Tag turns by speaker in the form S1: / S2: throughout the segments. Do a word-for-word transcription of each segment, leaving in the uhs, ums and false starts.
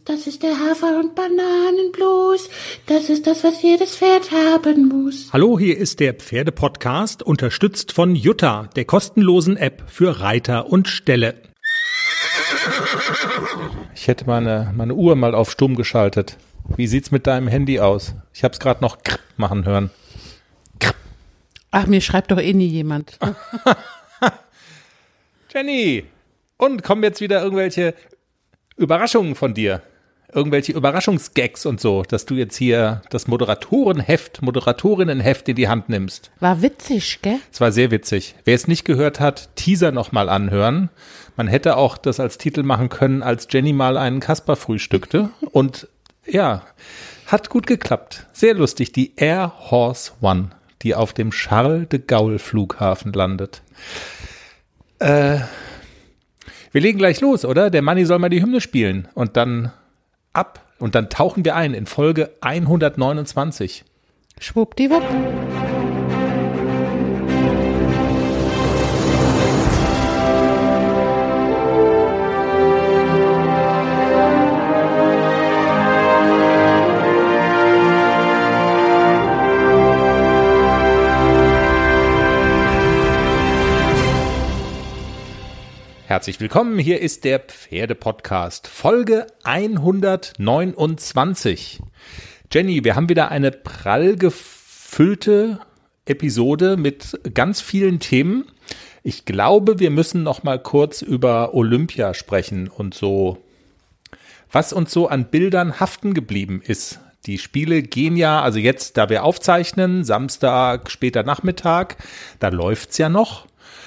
S1: Das ist der Hafer- und Bananenblues. Das ist das, was jedes Pferd haben muss.
S2: Hallo, hier ist der Pferde-Podcast, unterstützt von Jutta, der kostenlosen App für Reiter und Ställe. Ich hätte meine, meine Uhr mal auf stumm geschaltet. Wie sieht's mit deinem Handy aus? Ich hab's gerade noch krr machen hören. Krr.
S3: Ach, mir schreibt doch eh nie jemand.
S2: Jenny! Und kommen jetzt wieder irgendwelche Überraschungen von dir? Irgendwelche Überraschungsgags und so, dass du jetzt hier das Moderatorenheft, Moderatorinnenheft in die Hand nimmst.
S3: War witzig, gell?
S2: Es war sehr witzig. Wer es nicht gehört hat, Teaser nochmal anhören. Man hätte auch das als Titel machen können, als Jenny mal einen Kasper frühstückte. Und ja, hat gut geklappt. Sehr lustig. Die Air Horse One, die auf dem Charles de Gaulle Flughafen landet. Äh, wir legen gleich los, oder? Der Manni soll mal die Hymne spielen und dann ab. Und dann tauchen wir ein in Folge hundertneunundzwanzig.
S3: Schwuppdiwupp.
S2: Herzlich willkommen, hier ist der Pferde-Podcast, Folge hundertneunundzwanzig. Jenny, wir haben wieder eine prall gefüllte Episode mit ganz vielen Themen. Ich glaube, wir müssen noch mal kurz über Olympia sprechen und so, was uns so an Bildern haften geblieben ist. Die Spiele gehen ja, also jetzt, da wir aufzeichnen, Samstag, später Nachmittag, da läuft's ja noch.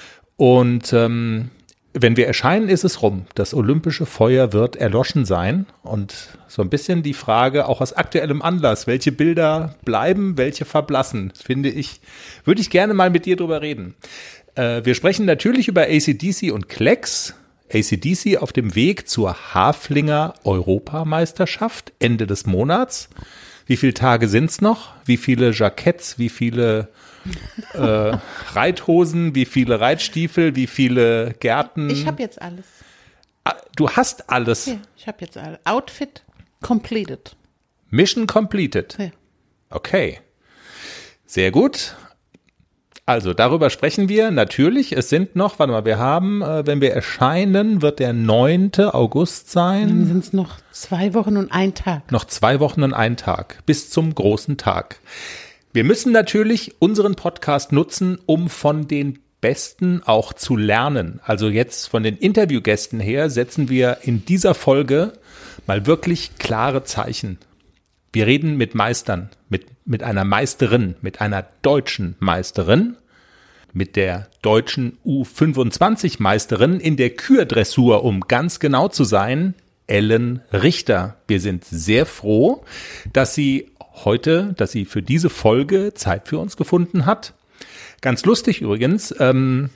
S2: Und ähm, wenn wir erscheinen, ist es rum. Das olympische Feuer wird erloschen sein. Und so ein bisschen die Frage, auch aus aktuellem Anlass, welche Bilder bleiben, welche verblassen, finde ich, würde ich gerne mal mit dir drüber reden. Äh, wir sprechen natürlich über A C D C und Klecks. A C D C auf dem Weg zur Haflinger Europameisterschaft Ende des Monats. Wie viele Tage sind's noch? Wie viele Jacketts, wie viele äh, Reithosen, wie viele Reitstiefel, wie viele Gärten?
S3: Ich habe jetzt alles.
S2: Du hast alles?
S3: Ja, ich habe jetzt alles. Outfit completed.
S2: Mission completed?
S3: Ja.
S2: Okay. Sehr gut. Also darüber sprechen wir natürlich. Es sind noch, warte mal, wir haben, äh, wenn wir erscheinen, wird der neunte August sein.
S3: Dann sind es noch zwei Wochen und ein Tag.
S2: Noch zwei Wochen und ein Tag bis zum großen Tag. Wir müssen natürlich unseren Podcast nutzen, um von den Besten auch zu lernen. Also jetzt von den Interviewgästen her setzen wir in dieser Folge mal wirklich klare Zeichen. Wir reden mit Meistern, mit, mit einer Meisterin, mit einer deutschen Meisterin, mit der deutschen U fünfundzwanzig Meisterin in der Kürdressur, um ganz genau zu sein, Ellen Richter. Wir sind sehr froh, dass sie heute, dass sie für diese Folge Zeit für uns gefunden hat. Ganz lustig übrigens, ähm,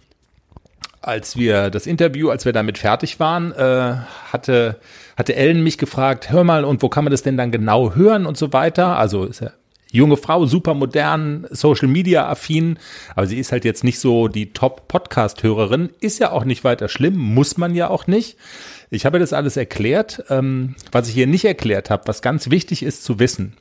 S2: als wir das Interview, als wir damit fertig waren, äh, hatte, hatte Ellen mich gefragt, hör mal, und wo kann man das denn dann genau hören und so weiter. Also ist ja junge Frau, super modern, Social Media affin, aber sie ist halt jetzt nicht so die Top-Podcast-Hörerin, ist ja auch nicht weiter schlimm, muss man ja auch nicht. Ich habe das alles erklärt, ähm, was ich hier nicht erklärt habe, was ganz wichtig ist zu wissen.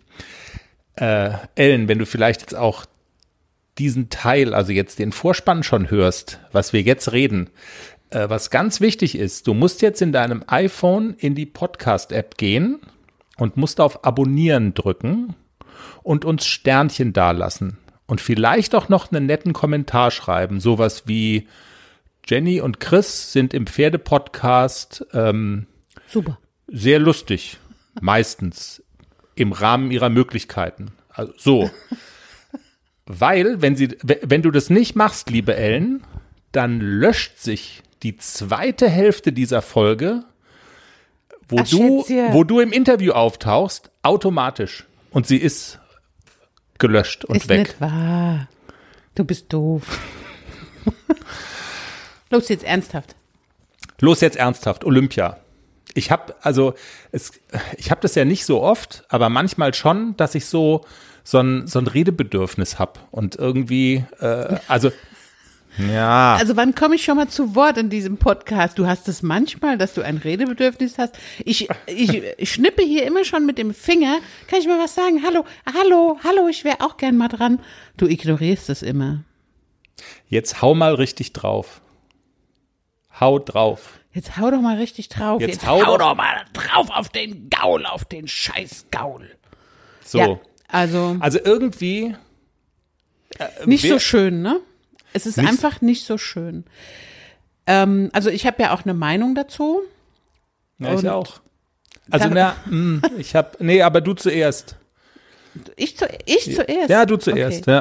S2: Äh, Ellen, wenn du vielleicht jetzt auch diesen Teil, also jetzt den Vorspann schon hörst, was wir jetzt reden, äh, was ganz wichtig ist, du musst jetzt in deinem iPhone in die Podcast-App gehen und musst auf Abonnieren drücken und uns Sternchen dalassen und vielleicht auch noch einen netten Kommentar schreiben, sowas wie Jenny und Chris sind im Pferde-Podcast ähm,
S3: super,
S2: sehr lustig, meistens im Rahmen ihrer Möglichkeiten. Also so. Weil, wenn sie, wenn du das nicht machst, liebe Ellen, dann löscht sich die zweite Hälfte dieser Folge, wo
S3: Ach,
S2: du,
S3: Schätzchen.
S2: wo du im Interview auftauchst, automatisch. Und sie ist gelöscht und
S3: ist
S2: weg.
S3: Nicht wahr. Du bist doof. Los, jetzt ernsthaft.
S2: Los jetzt ernsthaft, Olympia. Ich habe also, es, ich habe das ja nicht so oft, aber manchmal schon, dass ich so so ein, so ein Redebedürfnis habe und irgendwie, äh, also Ja.
S3: Also wann komme ich schon mal zu Wort in diesem Podcast? Du hast es manchmal, dass du ein Redebedürfnis hast. Ich, ich, ich schnippe hier immer schon mit dem Finger. Kann ich mal was sagen? Hallo, hallo, hallo, ich wäre auch gern mal dran. Du ignorierst es immer.
S2: Jetzt hau mal richtig drauf. Hau drauf.
S3: Jetzt hau doch mal richtig drauf.
S2: Jetzt
S3: Jetzt,
S2: hau
S3: hau,
S2: doch-
S3: doch mal drauf auf den Gaul, auf den scheiß Gaul.
S2: So.
S3: Ja, also
S2: Also irgendwie.
S3: nicht
S2: wer-
S3: so schön, ne? Es ist
S2: Nicht-
S3: einfach nicht so schön. Ähm, also ich habe ja auch eine Meinung dazu.
S2: Ja, ich
S3: Und
S2: auch. Also,
S3: dann-
S2: na, mh, ich hab. Nee, aber du zuerst.
S3: Ich, zu, ich zuerst.
S2: Ja, du zuerst,
S3: Okay.
S2: ja.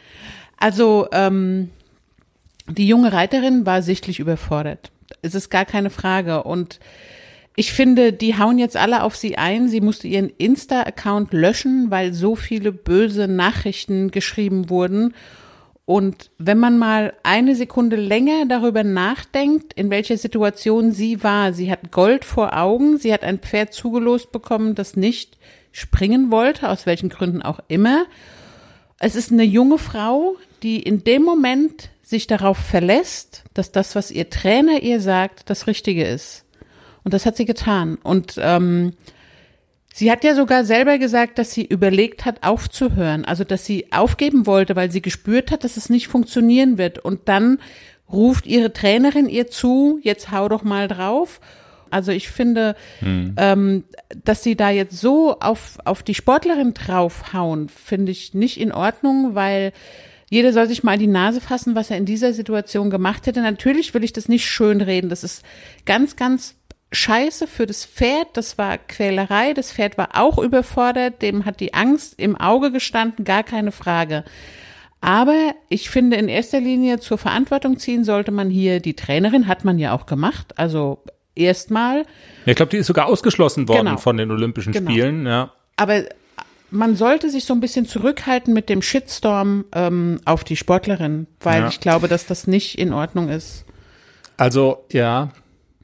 S3: Also ähm, die junge Reiterin war sichtlich überfordert. Es ist gar keine Frage. Und ich finde, die hauen jetzt alle auf sie ein. Sie musste ihren Insta-Account löschen, weil so viele böse Nachrichten geschrieben wurden. Und wenn man mal eine Sekunde länger darüber nachdenkt, in welcher Situation sie war, sie hat Gold vor Augen, sie hat ein Pferd zugelost bekommen, das nicht springen wollte, aus welchen Gründen auch immer. Es ist eine junge Frau, die in dem Moment sich darauf verlässt, dass das, was ihr Trainer ihr sagt, das Richtige ist. Und das hat sie getan. Und ähm, sie hat ja sogar selber gesagt, dass sie überlegt hat, aufzuhören. Also, dass sie aufgeben wollte, weil sie gespürt hat, dass es nicht funktionieren wird. Und dann ruft ihre Trainerin ihr zu, jetzt hau doch mal drauf. Also ich finde, hm. ähm, dass sie da jetzt so auf, auf die Sportlerin draufhauen, finde ich nicht in Ordnung, weil jeder soll sich mal in die Nase fassen, was er in dieser Situation gemacht hätte. Natürlich will ich das nicht schönreden. Das ist ganz, ganz scheiße für das Pferd. Das war Quälerei. Das Pferd war auch überfordert. Dem hat die Angst im Auge gestanden, gar keine Frage. Aber ich finde, in erster Linie zur Verantwortung ziehen sollte man hier die Trainerin, hat man ja auch gemacht. Also erstmal.
S2: Ja, ich glaube, die ist sogar ausgeschlossen worden
S3: Genau.
S2: von den Olympischen
S3: Genau.
S2: Spielen. Ja.
S3: Aber man sollte sich so ein bisschen zurückhalten mit dem Shitstorm ähm, auf die Sportlerin, weil
S2: Ja.
S3: ich glaube, dass das nicht in Ordnung ist.
S2: Also, ja.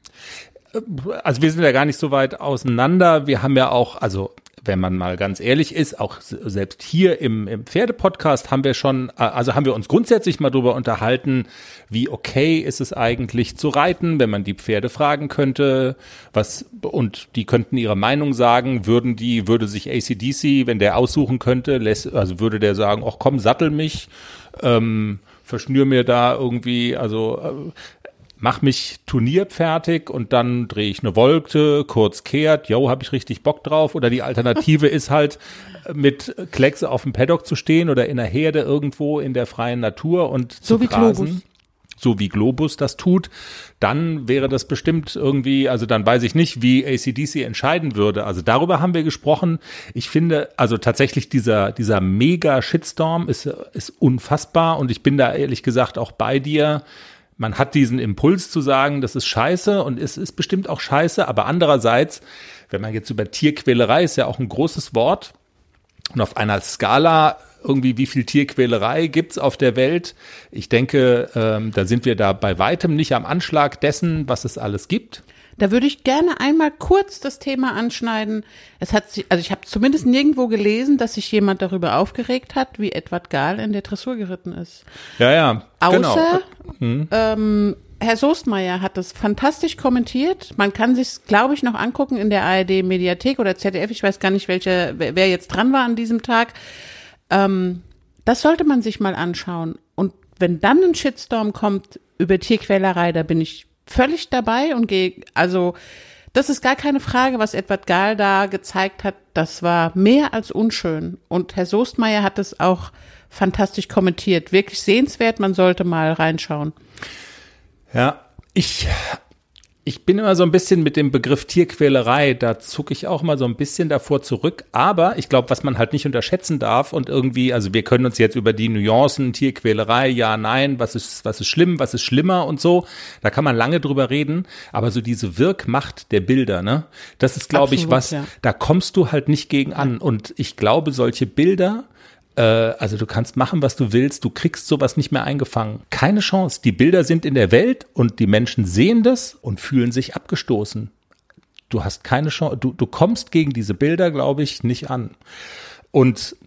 S2: Also wir sind ja gar nicht so weit auseinander. Wir haben ja auch, also wenn man mal ganz ehrlich ist, auch selbst hier im, im Pferdepodcast haben wir schon, also haben wir uns grundsätzlich mal drüber unterhalten, wie okay ist es eigentlich zu reiten, wenn man die Pferde fragen könnte, was, und die könnten ihre Meinung sagen, würden die, würde sich A C D C, wenn der aussuchen könnte, lässt, also würde der sagen, ach komm, sattel mich, ähm, verschnür mir da irgendwie, also äh, mach mich turnierfertig und dann drehe ich eine Wolte, kurz kehrt, yo, habe ich richtig Bock drauf. Oder die Alternative ist halt, mit Kleckse auf dem Paddock zu stehen oder in der Herde irgendwo in der freien Natur und
S3: So
S2: zu
S3: wie
S2: grasen.
S3: Globus.
S2: So wie Globus das tut, dann wäre das bestimmt irgendwie, also dann weiß ich nicht, wie A C D C entscheiden würde. Also darüber haben wir gesprochen. Ich finde, also tatsächlich dieser, dieser Mega-Shitstorm ist, ist unfassbar und ich bin da ehrlich gesagt auch bei dir. Man hat diesen Impuls zu sagen, das ist scheiße und es ist bestimmt auch scheiße, aber andererseits, wenn man jetzt über Tierquälerei, ist ja auch ein großes Wort und auf einer Skala irgendwie, wie viel Tierquälerei gibt's auf der Welt? Ich denke, ähm, da sind wir da bei weitem nicht am Anschlag dessen, was es alles gibt.
S3: Da würde ich gerne einmal kurz das Thema anschneiden. Es hat sich, also ich habe zumindest nirgendwo gelesen, dass sich jemand darüber aufgeregt hat, wie Edward Gahl in der Dressur geritten ist.
S2: Ja, ja,
S3: Außer
S2: genau.
S3: ähm, Herr Soestmeier hat das fantastisch kommentiert. Man kann sich, glaube ich, noch angucken in der A R D-Mediathek oder Z D F. Ich weiß gar nicht, welche, wer, wer jetzt dran war an diesem Tag. Ähm, das sollte man sich mal anschauen. Und wenn dann ein Shitstorm kommt über Tierquälerei, da bin ich völlig dabei und gehe, also das ist gar keine Frage, was Edward Gahl da gezeigt hat. Das war mehr als unschön. Und Herr Soestmeier hat es auch fantastisch kommentiert. Wirklich sehenswert, man sollte mal reinschauen.
S2: Ja, ich, ich bin immer so ein bisschen mit dem Begriff Tierquälerei, da zucke ich auch mal so ein bisschen davor zurück. Aber ich glaube, was man halt nicht unterschätzen darf und irgendwie, also wir können uns jetzt über die Nuancen, Tierquälerei, ja, nein, was ist, was ist schlimm, was ist schlimmer und so, da kann man lange drüber reden. Aber so diese Wirkmacht der Bilder, ne, das ist, glaube ich,
S3: Absolut,
S2: was,
S3: ja.
S2: da kommst du halt nicht gegen an. Und ich glaube, solche Bilder, also du kannst machen, was du willst, du kriegst sowas nicht mehr eingefangen. Keine Chance. Die Bilder sind in der Welt und die Menschen sehen das und fühlen sich abgestoßen. Du hast keine Chance, du, du kommst gegen diese Bilder, glaube ich, nicht an. Und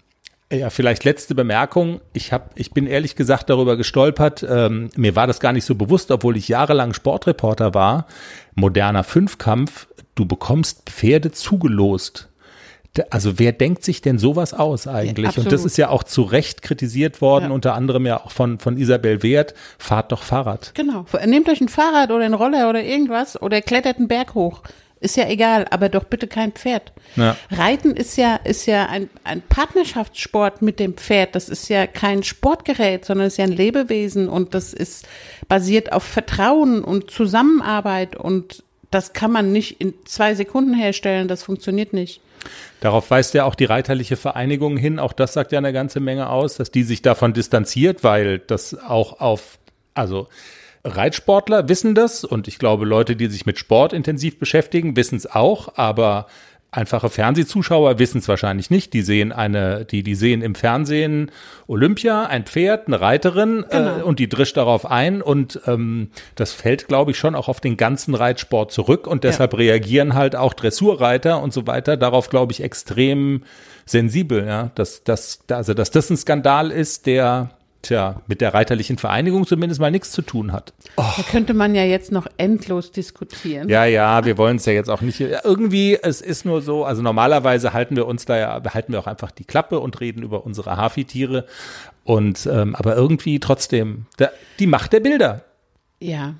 S2: Ja, vielleicht letzte Bemerkung. Ich hab, ich bin ehrlich gesagt darüber gestolpert. Ähm, mir war das gar nicht so bewusst, obwohl ich jahrelang Sportreporter war. Moderner Fünfkampf. Du bekommst Pferde zugelost. Also wer denkt sich denn sowas aus eigentlich?
S3: Ja,
S2: und das ist ja auch zu Recht kritisiert worden, ja. Unter anderem ja auch von, von Isabel Wert. Fahrt doch Fahrrad.
S3: Genau. Nehmt euch ein Fahrrad oder einen Roller oder irgendwas oder klettert einen Berg hoch. Ist ja egal, aber doch bitte kein Pferd. Ja. Reiten ist ja, ist ja ein, ein Partnerschaftssport mit dem Pferd. Das ist ja kein Sportgerät, sondern es ist ja ein Lebewesen und das ist basiert auf Vertrauen und Zusammenarbeit und das kann man nicht in zwei Sekunden herstellen. Das funktioniert nicht.
S2: Darauf weist ja auch die Reiterliche Vereinigung hin. Auch das sagt ja eine ganze Menge aus, dass die sich davon distanziert, weil das auch auf, also Reitsportler wissen das und ich glaube, Leute, die sich mit Sport intensiv beschäftigen, wissen es auch, aber einfache Fernsehzuschauer wissen es wahrscheinlich nicht. Die sehen eine, die, die sehen im Fernsehen Olympia, ein Pferd, eine Reiterin, genau. äh, und die drischt darauf ein und ähm, das fällt, glaube ich, schon auch auf den ganzen Reitsport zurück und deshalb ja. reagieren halt auch Dressurreiter und so weiter darauf, glaube ich, extrem sensibel, ja, dass, dass, also, dass das ein Skandal ist, der Tja, mit der Reiterlichen Vereinigung zumindest mal nichts zu tun hat.
S3: Oh. Da könnte man ja jetzt noch endlos diskutieren.
S2: Ja, ja, wir wollen es ja jetzt auch nicht. Irgendwie, es ist nur so, also normalerweise halten wir uns da ja, halten wir auch einfach die Klappe und reden über unsere Hafitiere. Und, ähm, aber irgendwie trotzdem, der, die Macht der Bilder.
S3: Ja.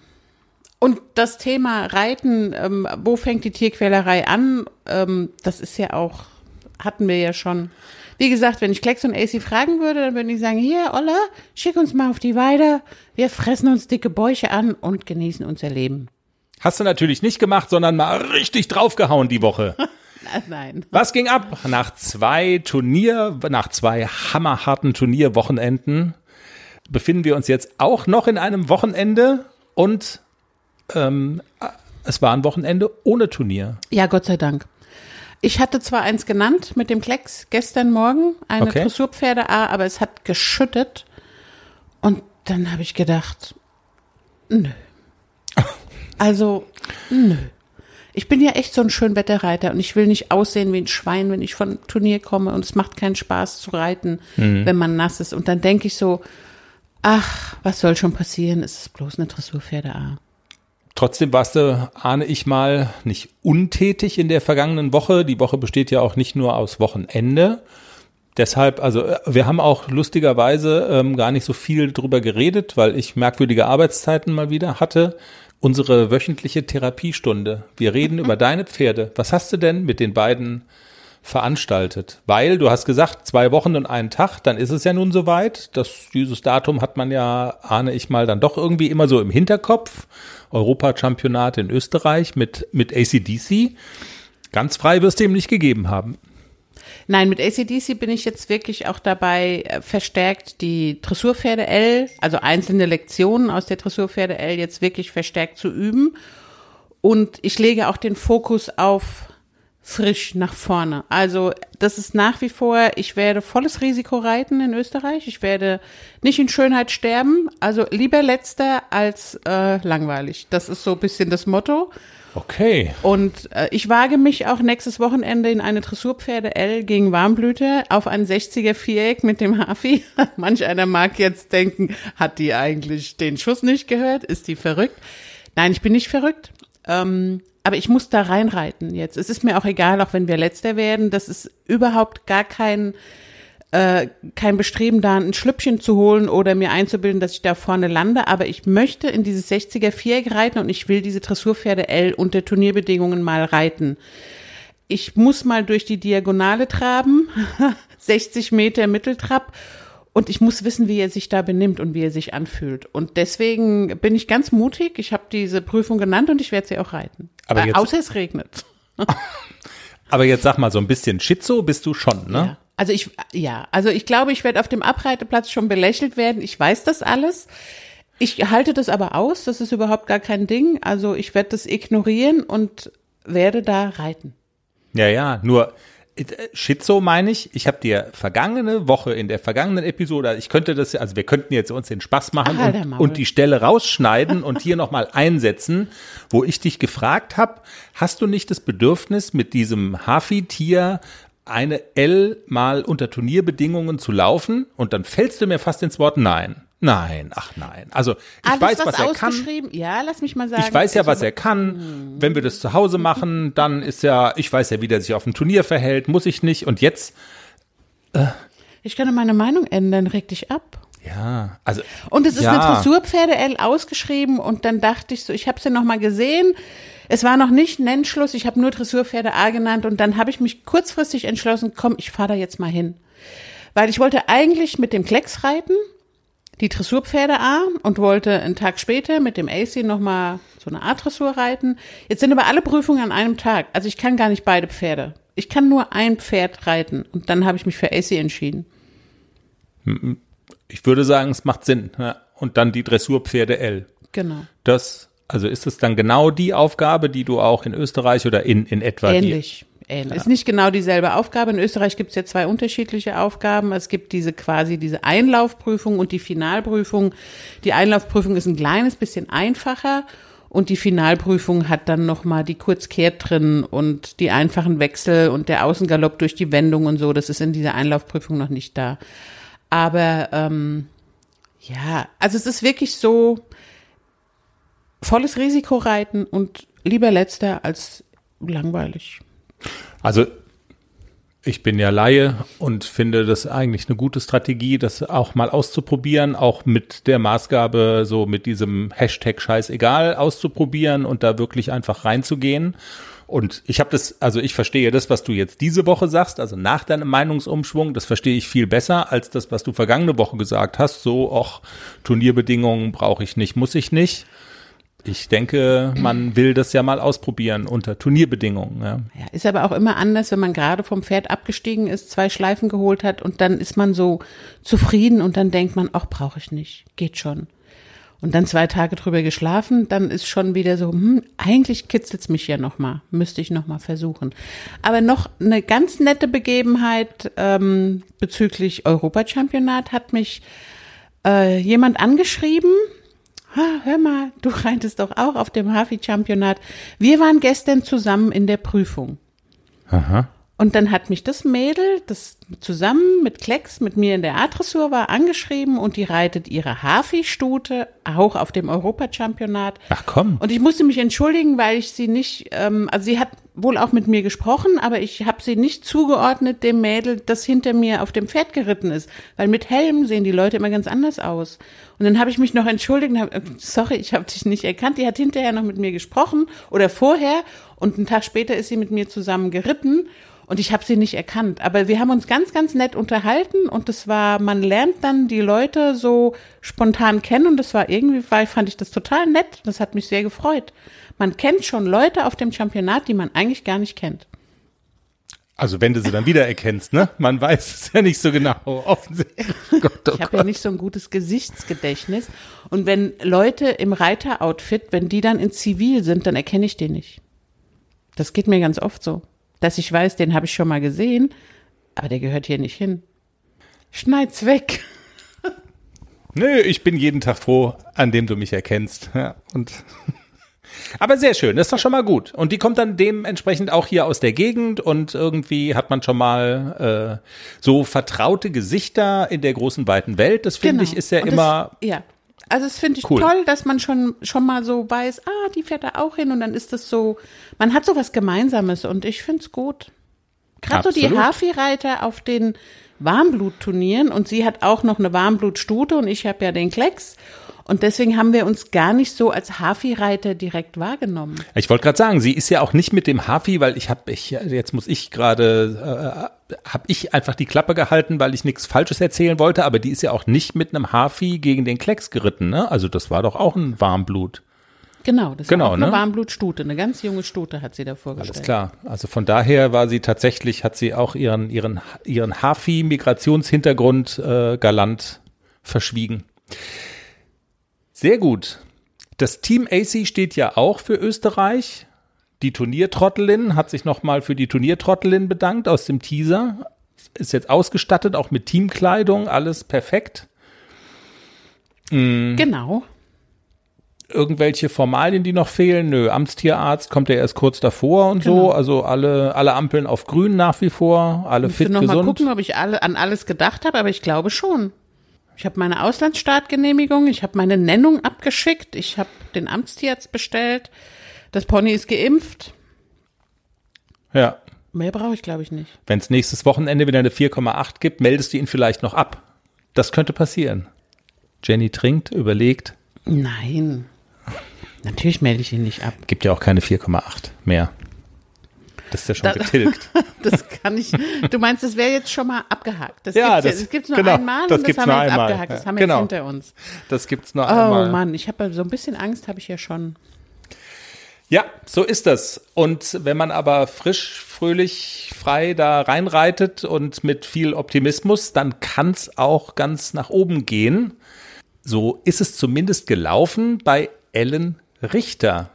S3: Und das Thema Reiten, ähm, wo fängt die Tierquälerei an? Ähm, das ist ja auch, hatten wir ja schon. Wie gesagt, wenn ich Klecks und A C fragen würde, dann würden die sagen, hier, Olla, schick uns mal auf die Weide, wir fressen uns dicke Bäuche an und genießen unser Leben.
S2: Hast du natürlich nicht gemacht, sondern mal richtig draufgehauen die Woche.
S3: Nein.
S2: Was ging ab? Nach zwei Turnier, nach zwei hammerharten Turnierwochenenden befinden wir uns jetzt auch noch in einem Wochenende und ähm, es war ein Wochenende ohne Turnier.
S3: Ja, Gott sei Dank. Ich hatte zwar eins genannt mit dem Klecks gestern Morgen, eine
S2: okay.
S3: Dressurpferde A, aber es hat geschüttet. Und dann habe ich gedacht, nö. Also, nö. Ich bin ja echt so ein Schönwetterreiter und ich will nicht aussehen wie ein Schwein, wenn ich von Turnier komme. Und es macht keinen Spaß zu reiten, mhm. wenn man nass ist. Und dann denke ich so, ach, was soll schon passieren? Es ist bloß eine Dressurpferde A.
S2: Trotzdem warst du, ahne ich mal, nicht untätig in der vergangenen Woche. Die Woche besteht ja auch nicht nur aus Wochenende. Deshalb, also wir haben auch lustigerweise ähm, gar nicht so viel drüber geredet, weil ich merkwürdige Arbeitszeiten mal wieder hatte. Unsere wöchentliche Therapiestunde. Wir reden über deine Pferde. Was hast du denn mit den beiden veranstaltet? Weil du hast gesagt, zwei Wochen und einen Tag, dann ist es ja nun soweit. Das, dieses Datum hat man ja, ahne ich mal, dann doch irgendwie immer so im Hinterkopf. Europachampionat in Österreich mit, mit A C D C. Ganz frei wirst du ihm nicht gegeben haben.
S3: Nein, mit A C D C bin ich jetzt wirklich auch dabei, verstärkt die Dressurpferde L, also einzelne Lektionen aus der Dressurpferde L jetzt wirklich verstärkt zu üben. Und ich lege auch den Fokus auf frisch nach vorne. Also das ist nach wie vor, ich werde volles Risiko reiten in Österreich. Ich werde nicht in Schönheit sterben. Also lieber letzter als äh, langweilig. Das ist so ein bisschen das Motto.
S2: Okay.
S3: Und äh, ich wage mich auch nächstes Wochenende in eine Dressurpferde L gegen Warmblüter auf ein sechziger Viereck mit dem Hafi. Manch einer mag jetzt denken, hat die eigentlich den Schuss nicht gehört? Ist die verrückt? Nein, ich bin nicht verrückt. Ähm, aber ich muss da reinreiten jetzt. Es ist mir auch egal, auch wenn wir Letzter werden. Das ist überhaupt gar kein äh, kein Bestreben, da ein Schlüppchen zu holen oder mir einzubilden, dass ich da vorne lande. Aber ich möchte in dieses sechziger Viereck reiten und ich will diese Dressurpferde L unter Turnierbedingungen mal reiten. Ich muss mal durch die Diagonale traben, sechzig Meter Mitteltrab. Und ich muss wissen, wie er sich da benimmt und wie er sich anfühlt. Und deswegen bin ich ganz mutig. Ich habe diese Prüfung genannt und ich werde sie auch reiten.
S2: Aber jetzt,
S3: äh, außer es regnet.
S2: Aber jetzt sag mal, so ein bisschen Schizo bist du schon, ne?
S3: Ja. Also ich, ja, also ich glaube, ich werde auf dem Abreiteplatz schon belächelt werden. Ich weiß das alles. Ich halte das aber aus. Das ist überhaupt gar kein Ding. Also ich werde das ignorieren und werde da reiten.
S2: Ja, ja, nur Schizo meine ich, ich habe dir vergangene Woche in der vergangenen Episode, ich könnte das, also wir könnten jetzt uns den Spaß machen
S3: Ach,
S2: und, und die Stelle rausschneiden und hier nochmal einsetzen, wo ich dich gefragt habe, hast du nicht das Bedürfnis, mit diesem Hafi-Tier eine L mal unter Turnierbedingungen zu laufen und dann fällst du mir fast ins Wort nein. Nein, ach nein. Also ich
S3: Alles,
S2: weiß,
S3: was,
S2: was er kann.
S3: Ja, lass mich mal sagen.
S2: Ich weiß ja, was er kann. Wenn wir das zu Hause machen, dann ist ja, ich weiß ja, wie der sich auf dem Turnier verhält, muss ich nicht. Und jetzt? Äh,
S3: ich kann meine Meinung ändern, reg dich ab.
S2: Ja, also.
S3: Und es ist
S2: ja.
S3: eine Dressurpferde-L ausgeschrieben und dann dachte ich so, ich habe es ja noch mal gesehen. Es war noch nicht Nennschluss, ich habe nur Dressurpferde A genannt und dann habe ich mich kurzfristig entschlossen, komm, ich fahre da jetzt mal hin. Weil ich wollte eigentlich mit dem Klecks reiten, die Dressurpferde A, und wollte einen Tag später mit dem A C nochmal so eine A-Dressur reiten. Jetzt sind aber alle Prüfungen an einem Tag. Also ich kann gar nicht beide Pferde. Ich kann nur ein Pferd reiten. Und dann habe ich mich für A C entschieden.
S2: Ich würde sagen, es macht Sinn. Ja. Und dann die Dressurpferde L.
S3: Genau.
S2: Das, also ist es dann genau die Aufgabe, die du auch in Österreich oder in, in etwa
S3: Ähnlich. Ähnlich. Ja. Ist nicht genau dieselbe Aufgabe. In Österreich gibt es ja zwei unterschiedliche Aufgaben. Es gibt diese quasi diese Einlaufprüfung und die Finalprüfung. Die Einlaufprüfung ist ein kleines bisschen einfacher und die Finalprüfung hat dann nochmal die Kurzkehrt drin und die einfachen Wechsel und der Außengalopp durch die Wendung und so. Das ist in dieser Einlaufprüfung noch nicht da. Aber ähm, ja, also es ist wirklich so volles Risikoreiten und lieber letzter als langweilig.
S2: Also ich bin ja Laie und finde das eigentlich eine gute Strategie, das auch mal auszuprobieren, auch mit der Maßgabe, so mit diesem Hashtag scheißegal auszuprobieren und da wirklich einfach reinzugehen. Und ich habe das, also ich verstehe das, was du jetzt diese Woche sagst, also nach deinem Meinungsumschwung, das verstehe ich viel besser als das, was du vergangene Woche gesagt hast. So, auch Turnierbedingungen brauche ich nicht, muss ich nicht. Ich denke, man will das ja mal ausprobieren unter Turnierbedingungen. Ja.
S3: Ja, ist aber auch immer anders, wenn man gerade vom Pferd abgestiegen ist, zwei Schleifen geholt hat und dann ist man so zufrieden und dann denkt man, ach, brauche ich nicht, geht schon. Und dann zwei Tage drüber geschlafen, dann ist schon wieder so, hm, eigentlich kitzelt's mich ja nochmal, müsste ich nochmal versuchen. Aber noch eine ganz nette Begebenheit ähm, bezüglich Europachampionat hat mich äh, jemand angeschrieben. Ha, hör mal, du reitest doch auch auf dem Hafi-Championat. Wir waren gestern zusammen in der Prüfung.
S2: Aha.
S3: Und dann hat mich das Mädel, das zusammen mit Klecks mit mir in der A-Dressur war, angeschrieben und die reitet ihre Hafi-Stute auch auf dem Europachampionat.
S2: Ach komm.
S3: Und ich musste mich entschuldigen, weil ich sie nicht, ähm, also sie hat wohl auch mit mir gesprochen, aber ich habe sie nicht zugeordnet dem Mädel, das hinter mir auf dem Pferd geritten ist. Weil mit Helm sehen die Leute immer ganz anders aus. Und dann habe ich mich noch entschuldigt und hab, sorry, ich habe dich nicht erkannt. Die hat hinterher noch mit mir gesprochen oder vorher und einen Tag später ist sie mit mir zusammen geritten. Und ich habe sie nicht erkannt. Aber wir haben uns ganz, ganz nett unterhalten und das war, man lernt dann die Leute so spontan kennen und das war irgendwie, weil fand ich das total nett. Das hat mich sehr gefreut. Man kennt schon Leute auf dem Championat, die man eigentlich gar nicht kennt.
S2: Also wenn du sie dann wieder erkennst, ne? Man weiß es ja nicht so genau, offensichtlich. Gott, oh
S3: ich habe ja nicht so ein gutes Gesichtsgedächtnis. Und wenn Leute im Reiteroutfit, wenn die dann in Zivil sind, dann erkenne ich den nicht. Das geht mir ganz oft so. Dass ich weiß, den habe ich schon mal gesehen, aber der gehört hier nicht hin. Schneid's weg.
S2: Nö, ich bin jeden Tag froh, an dem du mich erkennst. Ja, und aber sehr schön, das ist doch schon mal gut. Und die kommt dann dementsprechend auch hier aus der Gegend und irgendwie hat man schon mal äh, so vertraute Gesichter in der großen, weiten Welt. Das finde
S3: Genau.
S2: ich ist ja
S3: Und
S2: immer
S3: das, ja. Also das finde ich
S2: cool.
S3: Toll, dass man schon schon mal so weiß, ah, die fährt da auch hin und dann ist das so, man hat so was Gemeinsames und ich finde es gut. Gerade so die
S2: Absolut.
S3: Hafi-Reiter auf den Warmblutturnieren und sie hat auch noch eine Warmblutstute und ich habe ja den Klecks und deswegen haben wir uns gar nicht so als Hafi-Reiter direkt wahrgenommen.
S2: Ich wollte gerade sagen, sie ist ja auch nicht mit dem Hafi, weil ich habe, ich, jetzt muss ich gerade, äh, habe ich einfach die Klappe gehalten, weil ich nichts Falsches erzählen wollte, aber die ist ja auch nicht mit einem Hafi gegen den Klecks geritten, ne? Also das war doch auch ein Warmblut.
S3: Genau, das
S2: Genau,
S3: war auch eine
S2: ne?
S3: Warmblutstute, eine ganz junge Stute hat sie da vorgestellt.
S2: Alles klar. Also von daher war sie tatsächlich, hat sie auch ihren, ihren, ihren Hafi-Migrationshintergrund äh, galant verschwiegen. Sehr gut. Das Team A C steht ja auch für Österreich. Die Turniertrottelin hat sich nochmal für die Turniertrottelin bedankt aus dem Teaser. Ist jetzt ausgestattet, auch mit Teamkleidung, alles perfekt. Mhm.
S3: Genau.
S2: irgendwelche Formalien, die noch fehlen? Nö, Amtstierarzt kommt ja erst kurz davor und
S3: Genau.
S2: so. Also alle, alle Ampeln auf grün nach wie vor, alle
S3: Ich
S2: fit,
S3: will noch
S2: gesund.
S3: mal gucken, ob ich alle, an alles gedacht habe, aber ich glaube schon. Ich habe meine Auslandsstartgenehmigung, ich habe meine Nennung abgeschickt, ich habe den Amtstierarzt bestellt, das Pony ist geimpft.
S2: Ja.
S3: Mehr brauche ich, glaube ich, nicht.
S2: Wenn es nächstes Wochenende wieder eine vier Komma acht gibt, meldest du ihn vielleicht noch ab. Das könnte passieren. Jenny trinkt, überlegt.
S3: Nein. Natürlich melde ich ihn nicht ab.
S2: Gibt ja auch keine vier Komma acht mehr. Das ist ja schon
S3: Da-
S2: getilgt.
S3: Das kann ich. Du meinst, das wäre jetzt schon mal abgehakt. Das
S2: Ja,
S3: gibt's
S2: das-
S3: ja, das gibt's nur
S2: genau,
S3: einmal
S2: das
S3: und das
S2: gibt's
S3: haben wir
S2: nur
S3: jetzt
S2: einmal.
S3: abgehakt. Das
S2: Ja,
S3: haben wir
S2: genau.
S3: jetzt hinter uns.
S2: Das gibt's nur
S3: Oh
S2: einmal.
S3: Mann, ich habe so ein bisschen Angst, habe ich ja schon.
S2: Ja, so ist das. Und wenn man aber frisch, fröhlich, frei da reinreitet und mit viel Optimismus, dann kann es auch ganz nach oben gehen. So ist es zumindest gelaufen bei Ellen Richter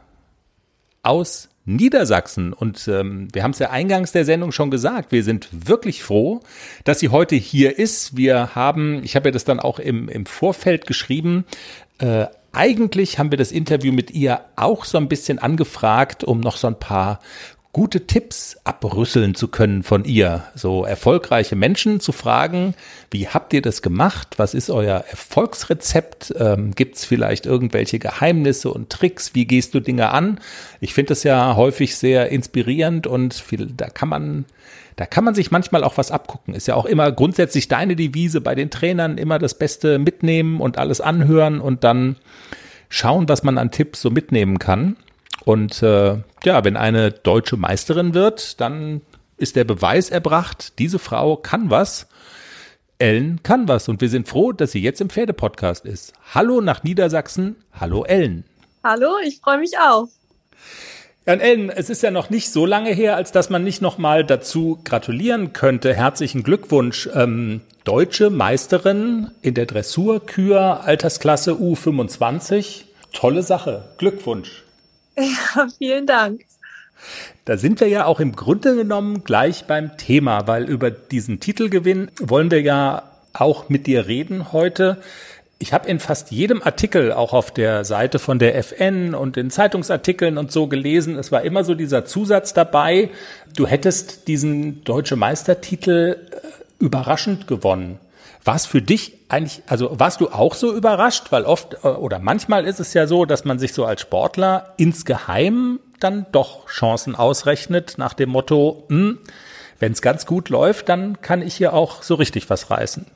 S2: aus Niedersachsen. Und ähm, wir haben es ja eingangs der Sendung schon gesagt, wir sind wirklich froh, dass sie heute hier ist. Wir haben, ich habe ja das dann auch im, im Vorfeld geschrieben, äh, eigentlich haben wir das Interview mit ihr auch so ein bisschen angefragt, um noch so ein paar gute Tipps abrüsseln zu können von ihr. So erfolgreiche Menschen zu fragen, wie habt ihr das gemacht? Was ist euer Erfolgsrezept? Ähm, gibt es vielleicht irgendwelche Geheimnisse und Tricks? Wie gehst du Dinge an? Ich finde das ja häufig sehr inspirierend und viel, da kann man Da kann man sich manchmal auch was abgucken. Ist ja auch immer grundsätzlich deine Devise bei den Trainern, immer das Beste mitnehmen und alles anhören und dann schauen, was man an Tipps so mitnehmen kann. Und äh, ja, wenn eine deutsche Meisterin wird, dann ist der Beweis erbracht, diese Frau kann was. Ellen kann was und wir sind froh, dass sie jetzt im Pferdepodcast ist. Hallo nach Niedersachsen, hallo Ellen.
S4: Hallo, ich freue mich auch.
S2: Ja, und Ellen, es ist ja noch nicht so lange her, als dass man nicht noch mal dazu gratulieren könnte. Herzlichen Glückwunsch. Ähm, deutsche Meisterin in der Dressurkür Altersklasse U fünfundzwanzig. Tolle Sache. Glückwunsch.
S4: Ja, vielen Dank.
S2: Da sind wir ja auch im Grunde genommen gleich beim Thema, weil über diesen Titelgewinn wollen wir ja auch mit dir reden heute. Ich habe in fast jedem Artikel, auch auf der Seite von der F N und in Zeitungsartikeln und so gelesen, es war immer so dieser Zusatz dabei, du hättest diesen Deutsche Meistertitel äh, überraschend gewonnen. War es für dich eigentlich, also warst du auch so überrascht? Weil oft äh, oder manchmal ist es ja so, dass man sich so als Sportler insgeheim dann doch Chancen ausrechnet nach dem Motto, wenn es ganz gut läuft, dann kann ich hier auch so richtig was reißen.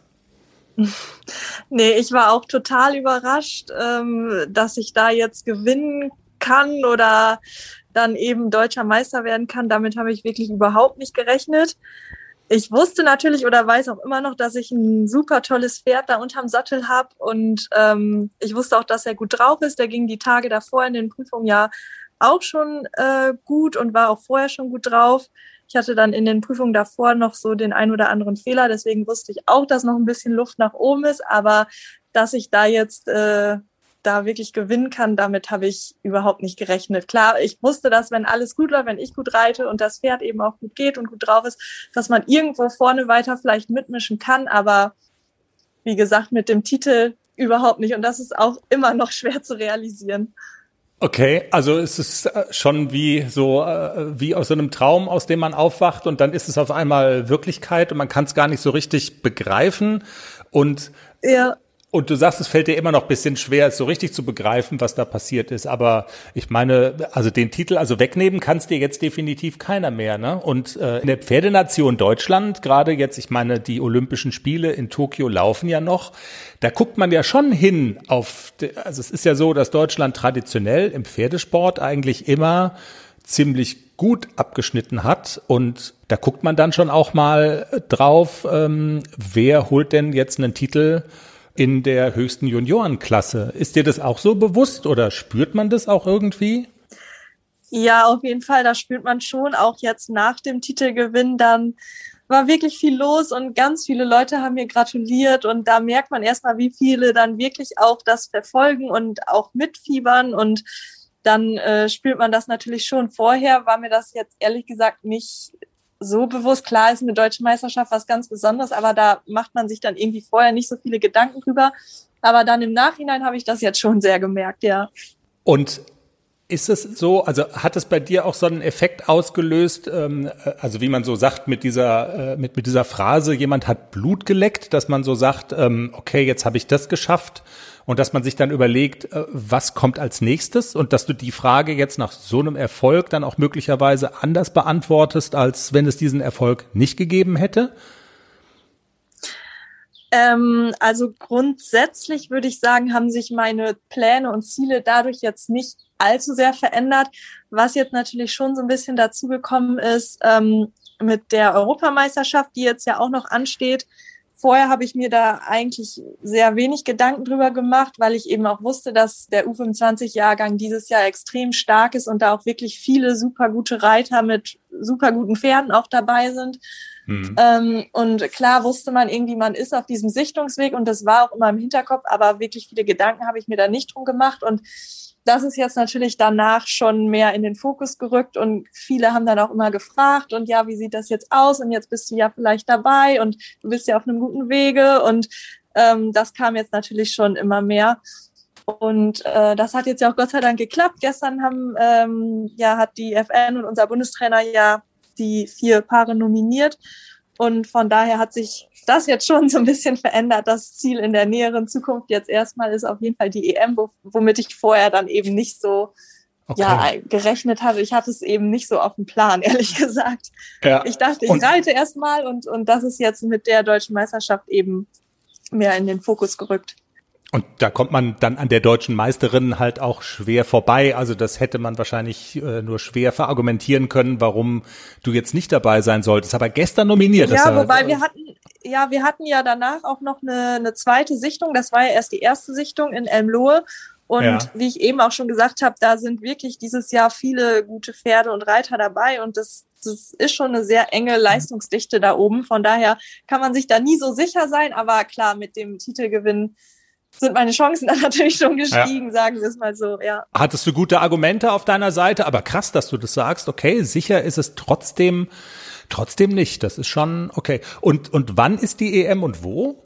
S4: Nee, ich war auch total überrascht, ähm, dass ich da jetzt gewinnen kann oder dann eben deutscher Meister werden kann. Damit habe ich wirklich überhaupt nicht gerechnet. Ich wusste natürlich oder weiß auch immer noch, dass ich ein super tolles Pferd da unterm Sattel habe und ähm, ich wusste auch, dass er gut drauf ist. Der ging die Tage davor in den Prüfungen ja auch schon äh, gut und war auch vorher schon gut drauf. Ich hatte dann in den Prüfungen davor noch so den ein oder anderen Fehler, deswegen wusste ich auch, dass noch ein bisschen Luft nach oben ist, aber dass ich da jetzt äh, da wirklich gewinnen kann, damit habe ich überhaupt nicht gerechnet. Klar, ich wusste, dass wenn alles gut läuft, wenn ich gut reite und das Pferd eben auch gut geht und gut drauf ist, dass man irgendwo vorne weiter vielleicht mitmischen kann, aber wie gesagt, mit dem Titel überhaupt nicht und das ist auch immer noch schwer zu realisieren.
S2: Okay, also es ist schon wie so äh, wie aus so einem Traum, aus dem man aufwacht und dann ist es auf einmal Wirklichkeit und man kann es gar nicht so richtig begreifen und
S4: ja.
S2: Und du sagst, es fällt dir immer noch ein bisschen schwer, es so richtig zu begreifen, was da passiert ist. Aber ich meine, also den Titel, also wegnehmen kannst dir jetzt definitiv keiner mehr, ne? Und äh, in der Pferdenation Deutschland, gerade jetzt, ich meine, die Olympischen Spiele in Tokio laufen ja noch, da guckt man ja schon hin auf, also es ist ja so, dass Deutschland traditionell im Pferdesport eigentlich immer ziemlich gut abgeschnitten hat und da guckt man dann schon auch mal drauf, ähm, wer holt denn jetzt einen Titel in der höchsten Juniorenklasse. Ist dir das auch so bewusst oder spürt man das auch irgendwie?
S4: Ja, auf jeden Fall, das spürt man schon. Auch jetzt nach dem Titelgewinn, dann war wirklich viel los und ganz viele Leute haben mir gratuliert und da merkt man erstmal, wie viele dann wirklich auch das verfolgen und auch mitfiebern und dann äh, spürt man das natürlich schon. Vorher war mir das jetzt ehrlich gesagt nicht so bewusst. Klar ist eine deutsche Meisterschaft was ganz Besonderes, aber da macht man sich dann irgendwie vorher nicht so viele Gedanken drüber. Aber dann im Nachhinein habe ich das jetzt schon sehr gemerkt, ja.
S2: Und ist es so, also hat es bei dir auch so einen Effekt ausgelöst, ähm, also wie man so sagt mit dieser äh, mit mit dieser Phrase, jemand hat Blut geleckt, dass man so sagt, ähm, okay, jetzt habe ich das geschafft und dass man sich dann überlegt, äh, was kommt als nächstes und dass du die Frage jetzt nach so einem Erfolg dann auch möglicherweise anders beantwortest, als wenn es diesen Erfolg nicht gegeben hätte?
S4: Ähm, also grundsätzlich würde ich sagen, haben sich meine Pläne und Ziele dadurch jetzt nicht allzu sehr verändert. Was jetzt natürlich schon so ein bisschen dazugekommen ist ähm, mit der Europameisterschaft, die jetzt ja auch noch ansteht. Vorher habe ich mir da eigentlich sehr wenig Gedanken drüber gemacht, weil ich eben auch wusste, dass der U fünfundzwanzig-Jahrgang dieses Jahr extrem stark ist und da auch wirklich viele super gute Reiter mit super guten Pferden auch dabei sind. Mhm. Ähm, und klar wusste man irgendwie, man ist auf diesem Sichtungsweg und das war auch immer im Hinterkopf, aber wirklich viele Gedanken habe ich mir da nicht drum gemacht und das ist jetzt natürlich danach schon mehr in den Fokus gerückt und viele haben dann auch immer gefragt und ja, wie sieht das jetzt aus und jetzt bist du ja vielleicht dabei und du bist ja auf einem guten Wege und ähm, das kam jetzt natürlich schon immer mehr und äh, das hat jetzt ja auch Gott sei Dank geklappt. Gestern haben ähm, ja hat die F N und unser Bundestrainer ja die vier Paare nominiert und von daher hat sich das jetzt schon so ein bisschen verändert. Das Ziel in der näheren Zukunft jetzt erstmal ist auf jeden Fall die E M, wo, womit ich vorher dann eben nicht so okay. ja, gerechnet hatte. Ich hatte es eben nicht so auf dem Plan, ehrlich gesagt. Ja. Ich dachte, ich und reite erstmal und, und das ist jetzt mit der deutschen Meisterschaft eben mehr in den Fokus gerückt.
S2: Und da kommt man dann an der deutschen Meisterin halt auch schwer vorbei. Also das hätte man wahrscheinlich äh, nur schwer verargumentieren können, warum du jetzt nicht dabei sein solltest. Aber gestern nominiert.
S4: Ja, wobei wir hatten, ja, wir hatten ja danach auch noch eine, eine zweite Sichtung. Das war ja erst die erste Sichtung in Elmlohe. Und ja. wie ich eben auch schon gesagt habe, da sind wirklich dieses Jahr viele gute Pferde und Reiter dabei. Und das, das ist schon eine sehr enge Leistungsdichte da oben. Von daher kann man sich da nie so sicher sein. Aber klar, mit dem Titelgewinn sind meine Chancen dann natürlich schon gestiegen, ja. sagen wir es mal so, ja.
S2: Hattest du gute Argumente auf deiner Seite? Aber krass, dass du das sagst. Okay, sicher ist es trotzdem, trotzdem nicht. Das ist schon okay. Und, und wann ist die E M und wo?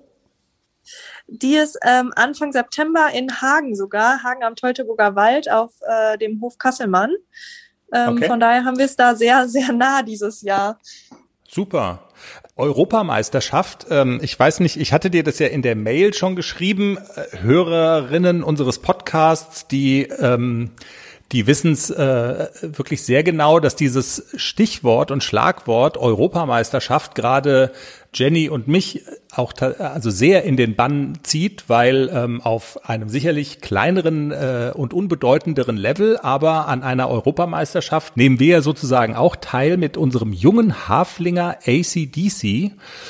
S4: Die ist ähm, Anfang September in Hagen sogar, Hagen am Teutoburger Wald auf äh, dem Hof Kasselmann. Ähm, okay. Von daher haben wir es da sehr, sehr nah dieses Jahr.
S2: Super. Europameisterschaft, ähm, ich weiß nicht, ich hatte dir das ja in der Mail schon geschrieben, äh, Hörerinnen unseres Podcasts, die ähm, die wissen es äh, wirklich sehr genau, dass dieses Stichwort und Schlagwort Europameisterschaft gerade Jenny und mich auch ta- also sehr in den Bann zieht, weil ähm, auf einem sicherlich kleineren äh, und unbedeutenderen Level, aber an einer Europameisterschaft nehmen wir ja sozusagen auch teil mit unserem jungen Haflinger A C D C.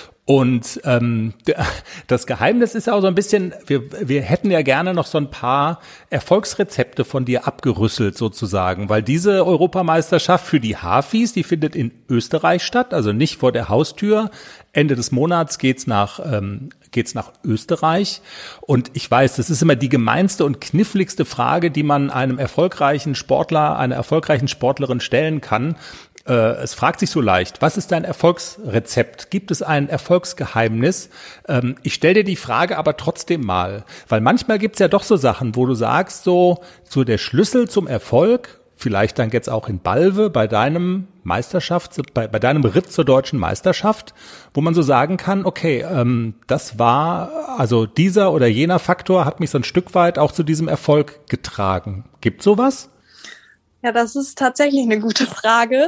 S2: Und ähm, das Geheimnis ist ja auch so ein bisschen, wir, wir hätten ja gerne noch so ein paar Erfolgsrezepte von dir abgerüsselt sozusagen, weil diese Europameisterschaft für die Hafis, die findet in Österreich statt, also nicht vor der Haustür. Ende des Monats geht's nach ähm, geht's nach Österreich. Und ich weiß, das ist immer die gemeinste und kniffligste Frage, die man einem erfolgreichen Sportler, einer erfolgreichen Sportlerin stellen kann. Es fragt sich so leicht, was ist dein Erfolgsrezept? Gibt es ein Erfolgsgeheimnis? Ich stelle dir die Frage aber trotzdem mal, weil manchmal gibt's ja doch so Sachen, wo du sagst, so, so der Schlüssel zum Erfolg, vielleicht dann jetzt auch in Balve bei deinem Meisterschaft, bei, bei deinem Ritt zur deutschen Meisterschaft, wo man so sagen kann, okay, ähm, das war, also dieser oder jener Faktor hat mich so ein Stück weit auch zu diesem Erfolg getragen. Gibt's sowas?
S4: Ja, das ist tatsächlich eine gute Frage.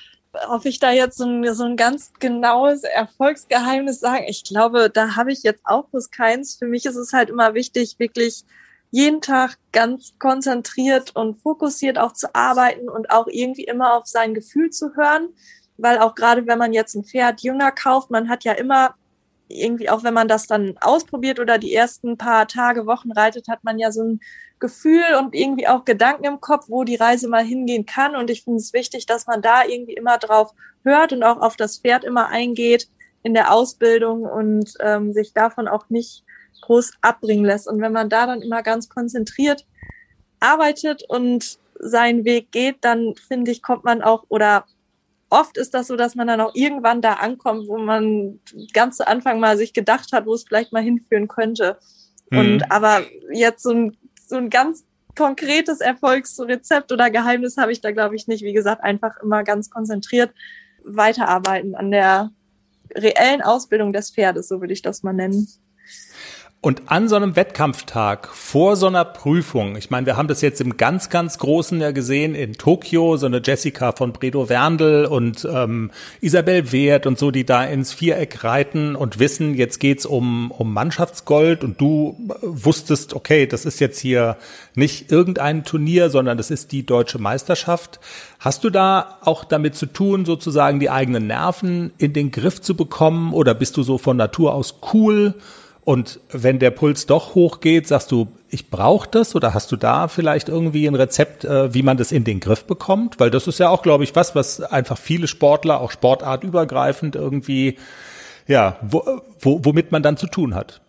S4: Ob ich da jetzt so ein, so ein ganz genaues Erfolgsgeheimnis sage, ich glaube, da habe ich jetzt auch bloß keins. Für mich ist es halt immer wichtig, wirklich jeden Tag ganz konzentriert und fokussiert auch zu arbeiten und auch irgendwie immer auf sein Gefühl zu hören. Weil auch gerade, wenn man jetzt ein Pferd jünger kauft, man hat ja immer irgendwie, auch wenn man das dann ausprobiert oder die ersten paar Tage, Wochen reitet, hat man ja so ein Gefühl und irgendwie auch Gedanken im Kopf, wo die Reise mal hingehen kann. Und ich finde es wichtig, dass man da irgendwie immer drauf hört und auch auf das Pferd immer eingeht in der Ausbildung und ähm, sich davon auch nicht groß abbringen lässt. Und wenn man da dann immer ganz konzentriert arbeitet und seinen Weg geht, dann finde ich, kommt man auch, oder oft ist das so, dass man dann auch irgendwann da ankommt, wo man ganz zu Anfang mal sich gedacht hat, wo es vielleicht mal hinführen könnte. Mhm. Und aber jetzt so ein, so ein ganz konkretes Erfolgsrezept oder Geheimnis habe ich da, glaube ich, nicht. Wie gesagt, einfach immer ganz konzentriert weiterarbeiten an der reellen Ausbildung des Pferdes, so würde ich das mal nennen.
S2: Und an so einem Wettkampftag, vor so einer Prüfung, ich meine, wir haben das jetzt im ganz, ganz Großen ja gesehen in Tokio, so eine Jessica von Bredow-Werndl und ähm, Isabel Wehrt und so, die da ins Viereck reiten und wissen, jetzt geht's um um Mannschaftsgold und du wusstest, okay, das ist jetzt hier nicht irgendein Turnier, sondern das ist die deutsche Meisterschaft. Hast du da auch damit zu tun, sozusagen die eigenen Nerven in den Griff zu bekommen oder bist du so von Natur aus cool? Und wenn der Puls doch hochgeht, sagst du, ich brauche das oder hast du da vielleicht irgendwie ein Rezept, äh, wie man das in den Griff bekommt? Weil das ist ja auch, glaube ich, was, was einfach viele Sportler, auch sportartübergreifend irgendwie, ja, wo, wo, womit man dann zu tun hat.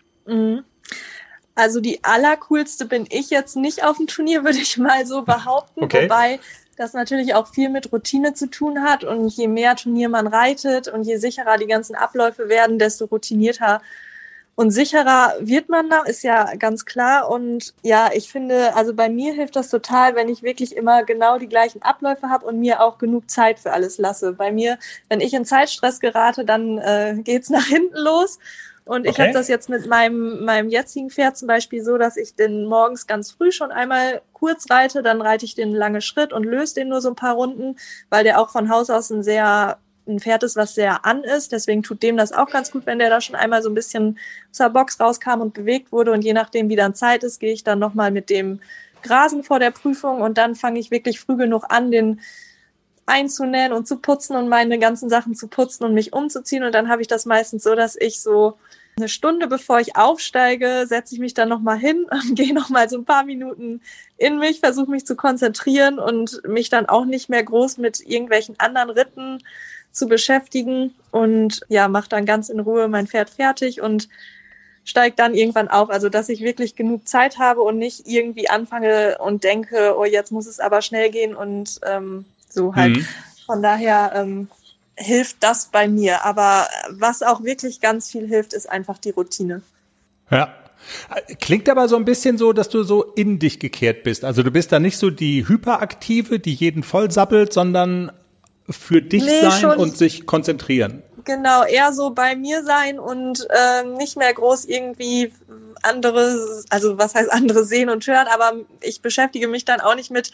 S4: Also die allercoolste bin ich jetzt nicht auf dem Turnier, würde ich mal so behaupten.
S2: Okay.
S4: Wobei das natürlich auch viel mit Routine zu tun hat. Und je mehr Turnier man reitet und je sicherer die ganzen Abläufe werden, desto routinierter und sicherer wird man da, ist ja ganz klar. Und ja, ich finde, also bei mir hilft das total, wenn ich wirklich immer genau die gleichen Abläufe habe und mir auch genug Zeit für alles lasse. Bei mir, wenn ich in Zeitstress gerate, dann äh, geht's nach hinten los. Und ich
S2: Okay.
S4: habe das jetzt mit meinem meinem jetzigen Pferd zum Beispiel so, dass ich den morgens ganz früh schon einmal kurz reite, dann reite ich den lange Schritt und löse den nur so ein paar Runden, weil der auch von Haus aus ein sehr ein Pferd ist, was sehr an ist. Deswegen tut dem das auch ganz gut, wenn der da schon einmal so ein bisschen aus der Box rauskam und bewegt wurde. Und je nachdem, wie dann Zeit ist, gehe ich dann nochmal mit dem grasen vor der Prüfung und dann fange ich wirklich früh genug an, den einzunähen und zu putzen und meine ganzen Sachen zu putzen und mich umzuziehen. Und dann habe ich das meistens so, dass ich so eine Stunde bevor ich aufsteige, setze ich mich dann nochmal hin und gehe nochmal so ein paar Minuten in mich, versuche mich zu konzentrieren und mich dann auch nicht mehr groß mit irgendwelchen anderen Ritten zu beschäftigen und ja, mache dann ganz in Ruhe mein Pferd fertig und steige dann irgendwann auf. Also, dass ich wirklich genug Zeit habe und nicht irgendwie anfange und denke, oh, jetzt muss es aber schnell gehen und ähm, so halt.
S2: Mhm.
S4: Von daher ähm, hilft das bei mir. Aber was auch wirklich ganz viel hilft, ist einfach die Routine.
S2: Ja. Klingt aber so ein bisschen so, dass du so in dich gekehrt bist. Also du bist da nicht so die Hyperaktive, die jeden vollsappelt, sondern für dich
S4: Nee,
S2: sein
S4: schon.
S2: und sich konzentrieren.
S4: Genau, eher so bei mir sein und äh, nicht mehr groß irgendwie andere, also was heißt andere sehen und hören, aber ich beschäftige mich dann auch nicht mit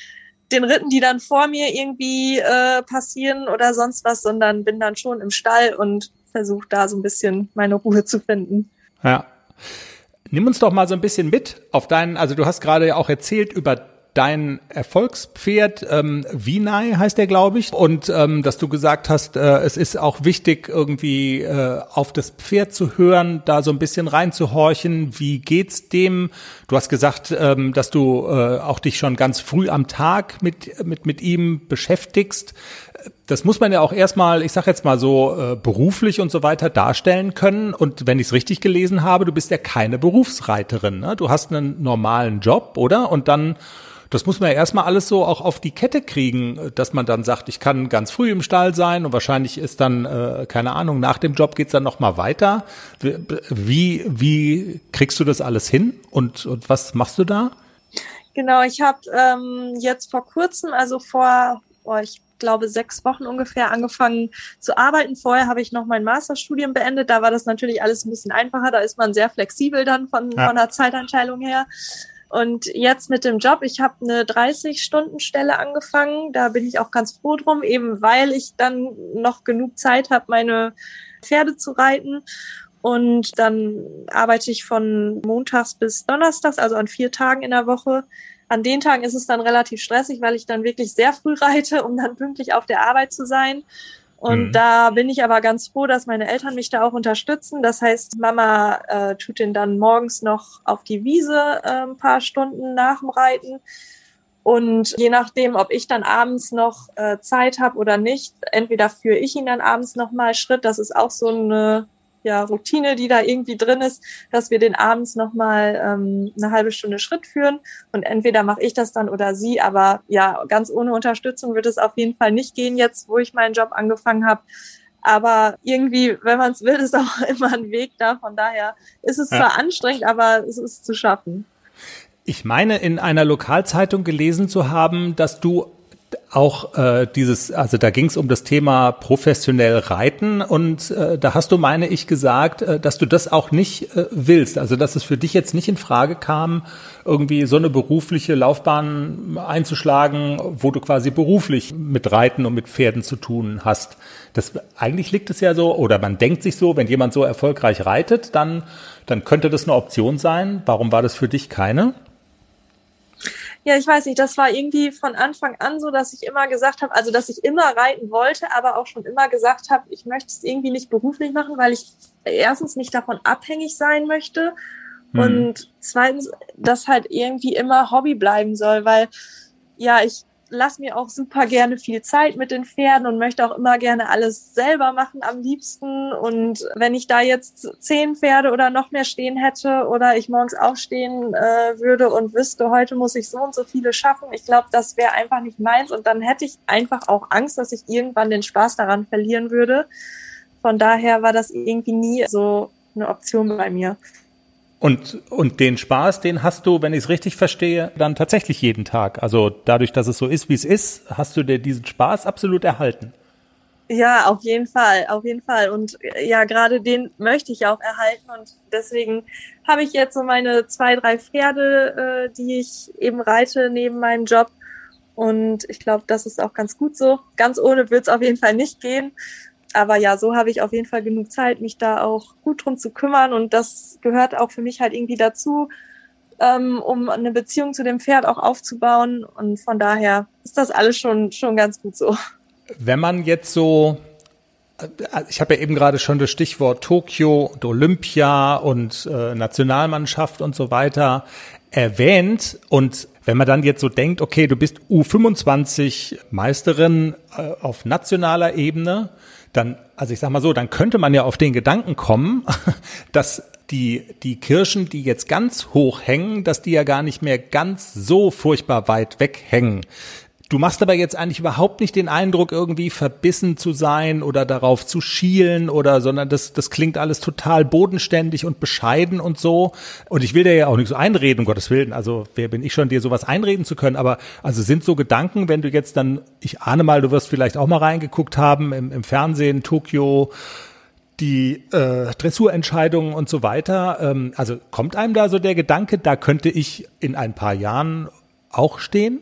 S4: den Ritten, die dann vor mir irgendwie äh, passieren oder sonst was, sondern bin dann schon im Stall und versuche da so ein bisschen meine Ruhe zu finden.
S2: Ja. Nimm uns doch mal so ein bisschen mit auf deinen, also du hast gerade ja auch erzählt über dein Erfolgspferd, ähm, Vinay heißt der, glaube ich, und ähm, dass du gesagt hast, äh, es ist auch wichtig, irgendwie äh, auf das Pferd zu hören, da so ein bisschen reinzuhorchen. Wie geht's dem? Du hast gesagt, ähm, dass du äh, auch dich schon ganz früh am Tag mit mit mit ihm beschäftigst. Das muss man ja auch erstmal, ich sag jetzt mal so, äh, beruflich und so weiter darstellen können. Und wenn ich es richtig gelesen habe, du bist ja keine Berufsreiterin, ne? Du hast einen normalen Job, oder? Und dann, das muss man ja erstmal alles so auch auf die Kette kriegen, dass man dann sagt, ich kann ganz früh im Stall sein und wahrscheinlich ist dann, äh, keine Ahnung, nach dem Job geht's dann nochmal weiter. Wie, wie kriegst du das alles hin und, und was machst du da?
S4: Genau, ich habe ähm, jetzt vor kurzem, also vor, oh, ich glaube sechs Wochen ungefähr angefangen zu arbeiten. Vorher habe ich noch mein Masterstudium beendet. Da war das natürlich alles ein bisschen einfacher. Da ist man sehr flexibel dann von,
S2: Ja.
S4: von der Zeitanteilung her. Und jetzt mit dem Job, ich habe eine dreißig-Stunden-Stelle angefangen. Da bin ich auch ganz froh drum, eben weil ich dann noch genug Zeit habe, meine Pferde zu reiten. Und dann arbeite ich von montags bis donnerstags, also an vier Tagen in der Woche. An den Tagen ist es dann relativ stressig, weil ich dann wirklich sehr früh reite, um dann pünktlich auf der Arbeit zu sein. Und
S2: Mhm.
S4: da bin ich aber ganz froh, dass meine Eltern mich da auch unterstützen. Das heißt, Mama äh, tut den dann morgens noch auf die Wiese äh, ein paar Stunden nach dem Reiten. Und je nachdem, ob ich dann abends noch äh, Zeit habe oder nicht, entweder führe ich ihn dann abends noch mal Schritt. Das ist auch so eine ja, Routine, die da irgendwie drin ist, dass wir den abends noch mal ähm, eine halbe Stunde Schritt führen. Und entweder mache ich das dann oder sie. Aber ja, ganz ohne Unterstützung wird es auf jeden Fall nicht gehen jetzt, wo ich meinen Job angefangen habe. Aber irgendwie, wenn man es will, ist auch immer ein Weg da. Von daher ist es
S2: Ja.
S4: zwar anstrengend, aber es ist zu schaffen.
S2: Ich meine, in einer Lokalzeitung gelesen zu haben, dass du auch äh, dieses, also da ging es um das Thema professionell Reiten und äh, da hast du, meine ich, gesagt, äh, dass du das auch nicht äh, willst. Also dass es für dich jetzt nicht in Frage kam, irgendwie so eine berufliche Laufbahn einzuschlagen, wo du quasi beruflich mit Reiten und mit Pferden zu tun hast. Das eigentlich liegt es ja so, oder man denkt sich so, wenn jemand so erfolgreich reitet, dann, dann könnte das eine Option sein. Warum war das für dich keine?
S4: Ja, ich weiß nicht, das war irgendwie von Anfang an so, dass ich immer gesagt habe, also dass ich immer reiten wollte, aber auch schon immer gesagt habe, ich möchte es irgendwie nicht beruflich machen, weil ich erstens nicht davon abhängig sein möchte hm. und zweitens, dass halt irgendwie immer Hobby bleiben soll, weil ja, ich lasse mir auch super gerne viel Zeit mit den Pferden und möchte auch immer gerne alles selber machen am liebsten. Und wenn ich da jetzt zehn Pferde oder noch mehr stehen hätte oder ich morgens aufstehen äh, würde und wüsste, heute muss ich so und so viele schaffen, ich glaube, das wäre einfach nicht meins. Und dann hätte ich einfach auch Angst, dass ich irgendwann den Spaß daran verlieren würde. Von daher war das irgendwie nie so eine Option bei mir.
S2: Und, und den Spaß, den hast du, wenn ich es richtig verstehe, dann tatsächlich jeden Tag. Also dadurch, dass es so ist, wie es ist, hast du dir diesen Spaß absolut erhalten.
S4: Ja, auf jeden Fall, auf jeden Fall. Und ja, gerade den möchte ich auch erhalten. Und deswegen habe ich jetzt so meine zwei, drei Pferde, äh, die ich eben reite neben meinem Job. Und ich glaube, das ist auch ganz gut so. Ganz ohne wird es auf jeden Fall nicht gehen. Aber ja, so habe ich auf jeden Fall genug Zeit, mich da auch gut drum zu kümmern. Und das gehört auch für mich halt irgendwie dazu, ähm, um eine Beziehung zu dem Pferd auch aufzubauen. Und von daher ist das alles schon, schon ganz gut so.
S2: Wenn man jetzt so, ich habe ja eben gerade schon das Stichwort Tokio und Olympia und äh, Nationalmannschaft und so weiter erwähnt. Und wenn man dann jetzt so denkt, okay, du bist U fünfundzwanzig Meisterin äh, auf nationaler Ebene, dann, also ich sag mal so, dann könnte man ja auf den Gedanken kommen, dass die, die Kirschen, die jetzt ganz hoch hängen, dass die ja gar nicht mehr ganz so furchtbar weit weg hängen. Du machst aber jetzt eigentlich überhaupt nicht den Eindruck, irgendwie verbissen zu sein oder darauf zu schielen oder, sondern das, das klingt alles total bodenständig und bescheiden und so. Und ich will dir ja auch nicht so einreden, um Gottes Willen. Also wer bin ich schon, dir sowas einreden zu können? Aber also sind so Gedanken, wenn du jetzt dann, ich ahne mal, du wirst vielleicht auch mal reingeguckt haben im, im Fernsehen, Tokio, die äh, Dressurentscheidungen und so weiter. Ähm, also kommt einem da so der Gedanke, da könnte ich in ein paar Jahren auch stehen?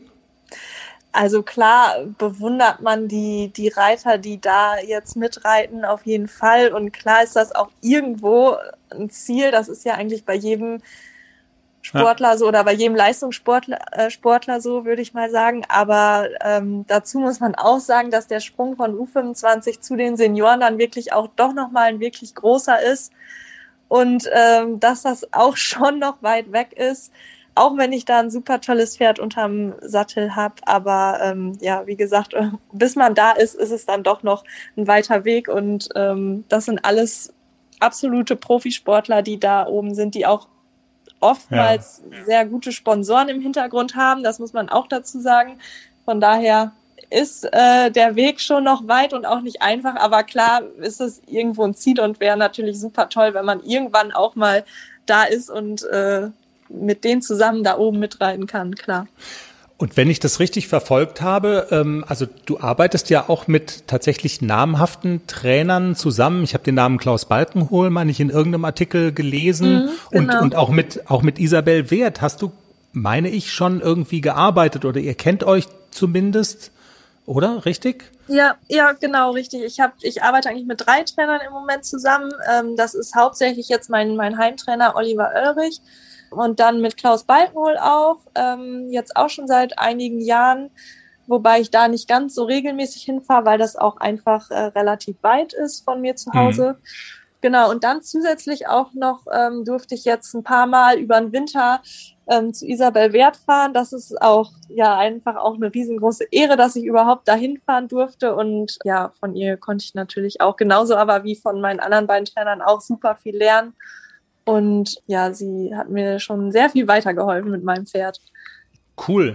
S4: Also klar bewundert man die, die Reiter, die da jetzt mitreiten, auf jeden Fall. Und klar ist das auch irgendwo ein Ziel. Das ist ja eigentlich bei jedem Sportler ja. so oder bei jedem Leistungssportler äh, Sportler so, würde ich mal sagen. Aber ähm, dazu muss man auch sagen, dass der Sprung von U fünfundzwanzig zu den Senioren dann wirklich auch doch nochmal ein wirklich großer ist. Und ähm, dass das auch schon noch weit weg ist. Auch wenn ich da ein super tolles Pferd unterm Sattel habe. Aber ähm, ja, wie gesagt, bis man da ist, ist es dann doch noch ein weiter Weg. Und ähm, das sind alles absolute Profisportler, die da oben sind, die auch oftmals ja. sehr gute Sponsoren im Hintergrund haben. Das muss man auch dazu sagen. Von daher ist äh, der Weg schon noch weit und auch nicht einfach. Aber klar ist es irgendwo ein Ziel und wäre natürlich super toll, wenn man irgendwann auch mal da ist und äh, mit denen zusammen da oben mitreiten kann, klar.
S2: Und wenn ich das richtig verfolgt habe, ähm, also du arbeitest ja auch mit tatsächlich namhaften Trainern zusammen. Ich habe den Namen Klaus Balkenhol, meine ich, in irgendeinem Artikel gelesen. Mhm, genau. und, und auch mit auch mit Isabel Wert hast du, meine ich, schon irgendwie gearbeitet oder ihr kennt euch zumindest, oder? Richtig?
S4: Ja, ja, genau, richtig. Ich habe, ich arbeite eigentlich mit drei Trainern im Moment zusammen. Ähm, das ist hauptsächlich jetzt mein mein Heimtrainer Oliver Oelrich. Und dann mit Klaus Balkenhol auch, ähm, jetzt auch schon seit einigen Jahren, wobei ich da nicht ganz so regelmäßig hinfahre, weil das auch einfach äh, relativ weit ist von mir zu Hause. Mhm. Genau, und dann zusätzlich auch noch ähm, durfte ich jetzt ein paar Mal über den Winter ähm, zu Isabel Wert fahren. Das ist auch ja einfach auch eine riesengroße Ehre, dass ich überhaupt dahin fahren durfte. Und ja, von ihr konnte ich natürlich auch genauso, aber wie von meinen anderen beiden Trainern auch super viel lernen. Und ja, sie hat mir schon sehr viel weitergeholfen mit meinem Pferd.
S2: Cool.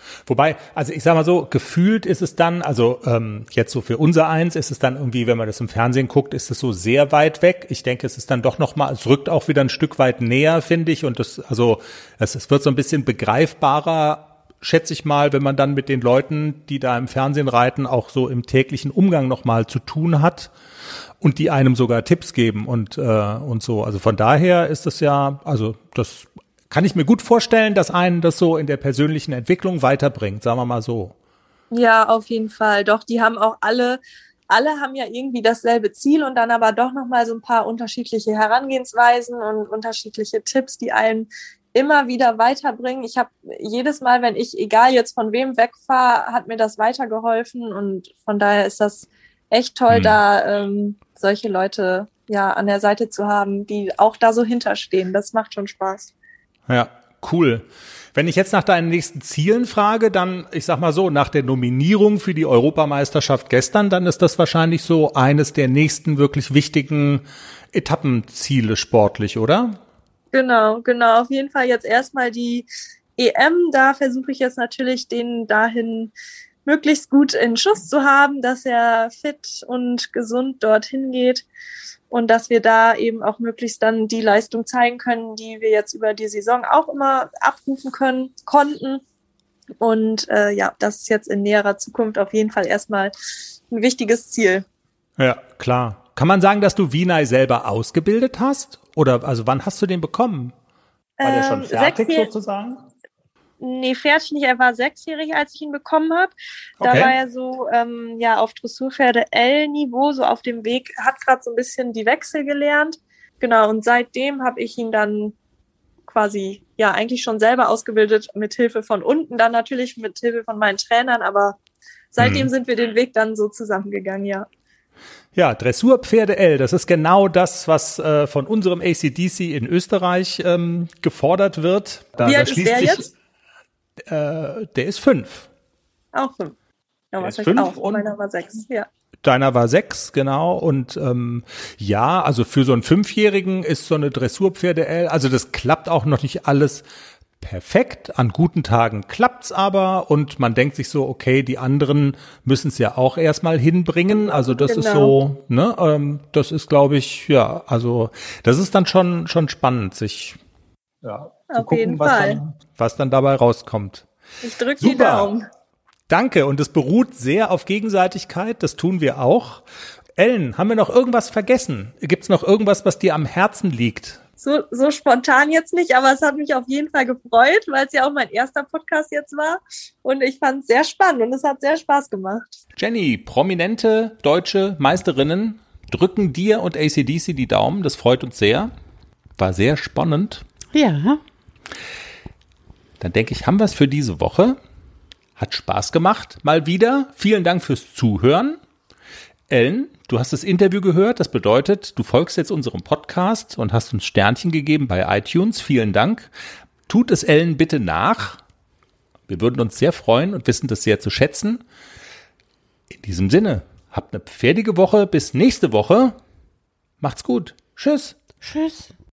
S2: Wobei, also ich sag mal so, gefühlt ist es dann, also ähm, jetzt so für unser Eins ist es dann irgendwie, wenn man das im Fernsehen guckt, ist es so sehr weit weg. Ich denke, es ist dann doch nochmal, es rückt auch wieder ein Stück weit näher, finde ich. Und das, also es, es wird so ein bisschen begreifbarer, schätze ich mal, wenn man dann mit den Leuten, die da im Fernsehen reiten, auch so im täglichen Umgang nochmal zu tun hat und die einem sogar Tipps geben und, äh, und so. Also von daher ist es ja, also das kann ich mir gut vorstellen, dass einen das so in der persönlichen Entwicklung weiterbringt, sagen wir mal so.
S4: Ja, auf jeden Fall. Doch, die haben auch alle, alle haben ja irgendwie dasselbe Ziel und dann aber doch nochmal so ein paar unterschiedliche Herangehensweisen und unterschiedliche Tipps, die einen immer wieder weiterbringen. Ich habe jedes Mal, wenn ich, egal jetzt von wem wegfahre, hat mir das weitergeholfen und von daher ist das echt toll, hm. da ähm, solche Leute ja an der Seite zu haben, die auch da so hinterstehen. Das macht schon Spaß.
S2: Ja, cool. Wenn ich jetzt nach deinen nächsten Zielen frage, dann, ich sag mal so, nach der Nominierung für die Europameisterschaft gestern, dann ist das wahrscheinlich so eines der nächsten wirklich wichtigen Etappenziele sportlich, oder?
S4: Genau, genau. Auf jeden Fall jetzt erstmal die E M. Da versuche ich jetzt natürlich, den dahin möglichst gut in Schuss zu haben, dass er fit und gesund dorthin geht. Und dass wir da eben auch möglichst dann die Leistung zeigen können, die wir jetzt über die Saison auch immer abrufen können, konnten. Und äh, ja, das ist jetzt in näherer Zukunft auf jeden Fall erstmal ein wichtiges Ziel.
S2: Ja, klar. Kann man sagen, dass du Vinay selber ausgebildet hast? Oder also wann hast du den bekommen? War der schon fertig
S4: ähm,
S2: sozusagen?
S4: Nee, fertig nicht. Er war sechsjährig, als ich ihn bekommen habe. Da
S2: Okay.
S4: war er so ähm, ja auf Dressurpferde L-Niveau, so auf dem Weg, hat gerade so ein bisschen die Wechsel gelernt. Genau, und seitdem habe ich ihn dann quasi ja eigentlich schon selber ausgebildet, mit Hilfe von unten, dann natürlich mit Hilfe von meinen Trainern, aber seitdem hm. sind wir den Weg dann so zusammengegangen, ja.
S2: Ja, Dressurpferde L, das ist genau das, was äh, von unserem A C D C in Österreich ähm, gefordert wird. Da,
S4: Wie
S2: da
S4: alt ist der
S2: sich,
S4: jetzt?
S2: Äh, der ist fünf.
S4: Auch fünf. Ja,
S2: Der
S4: was
S2: ist
S4: heißt
S2: fünf
S4: auch?
S2: und
S4: Meiner war sechs, ja.
S2: Deiner war sechs, genau. Und ähm, ja, also für so einen Fünfjährigen ist so eine Dressurpferde L, also das klappt auch noch nicht alles perfekt. An guten Tagen klappt's aber und man denkt sich so, okay, die anderen müssen es ja auch erstmal hinbringen. Also das
S4: Genau.
S2: ist so, ne, ähm, das ist, glaube ich, ja, also das ist dann schon schon spannend, sich ja, zu
S4: Auf
S2: gucken,
S4: jeden
S2: was
S4: Fall.
S2: dann, was dann dabei rauskommt.
S4: Ich drücke die
S2: Super.
S4: Daumen.
S2: Danke, und es beruht sehr auf Gegenseitigkeit, das tun wir auch. Ellen, haben wir noch irgendwas vergessen? Gibt's noch irgendwas, was dir am Herzen liegt?
S4: So, so spontan jetzt nicht, aber es hat mich auf jeden Fall gefreut, weil es ja auch mein erster Podcast jetzt war. Und ich fand es sehr spannend und es hat sehr Spaß gemacht.
S2: Jenny, prominente deutsche Meisterinnen drücken dir und A C D C die Daumen. Das freut uns sehr. War sehr spannend.
S3: Ja.
S2: Dann denke ich, haben wir es für diese Woche. Hat Spaß gemacht. Mal wieder. Vielen Dank fürs Zuhören. Ellen, du hast das Interview gehört. Das bedeutet, du folgst jetzt unserem Podcast und hast uns Sternchen gegeben bei iTunes. Vielen Dank. Tut es Ellen bitte nach. Wir würden uns sehr freuen und wissen das sehr zu schätzen. In diesem Sinne, habt eine pferdige Woche. Bis nächste Woche. Macht's gut. Tschüss.
S3: Tschüss.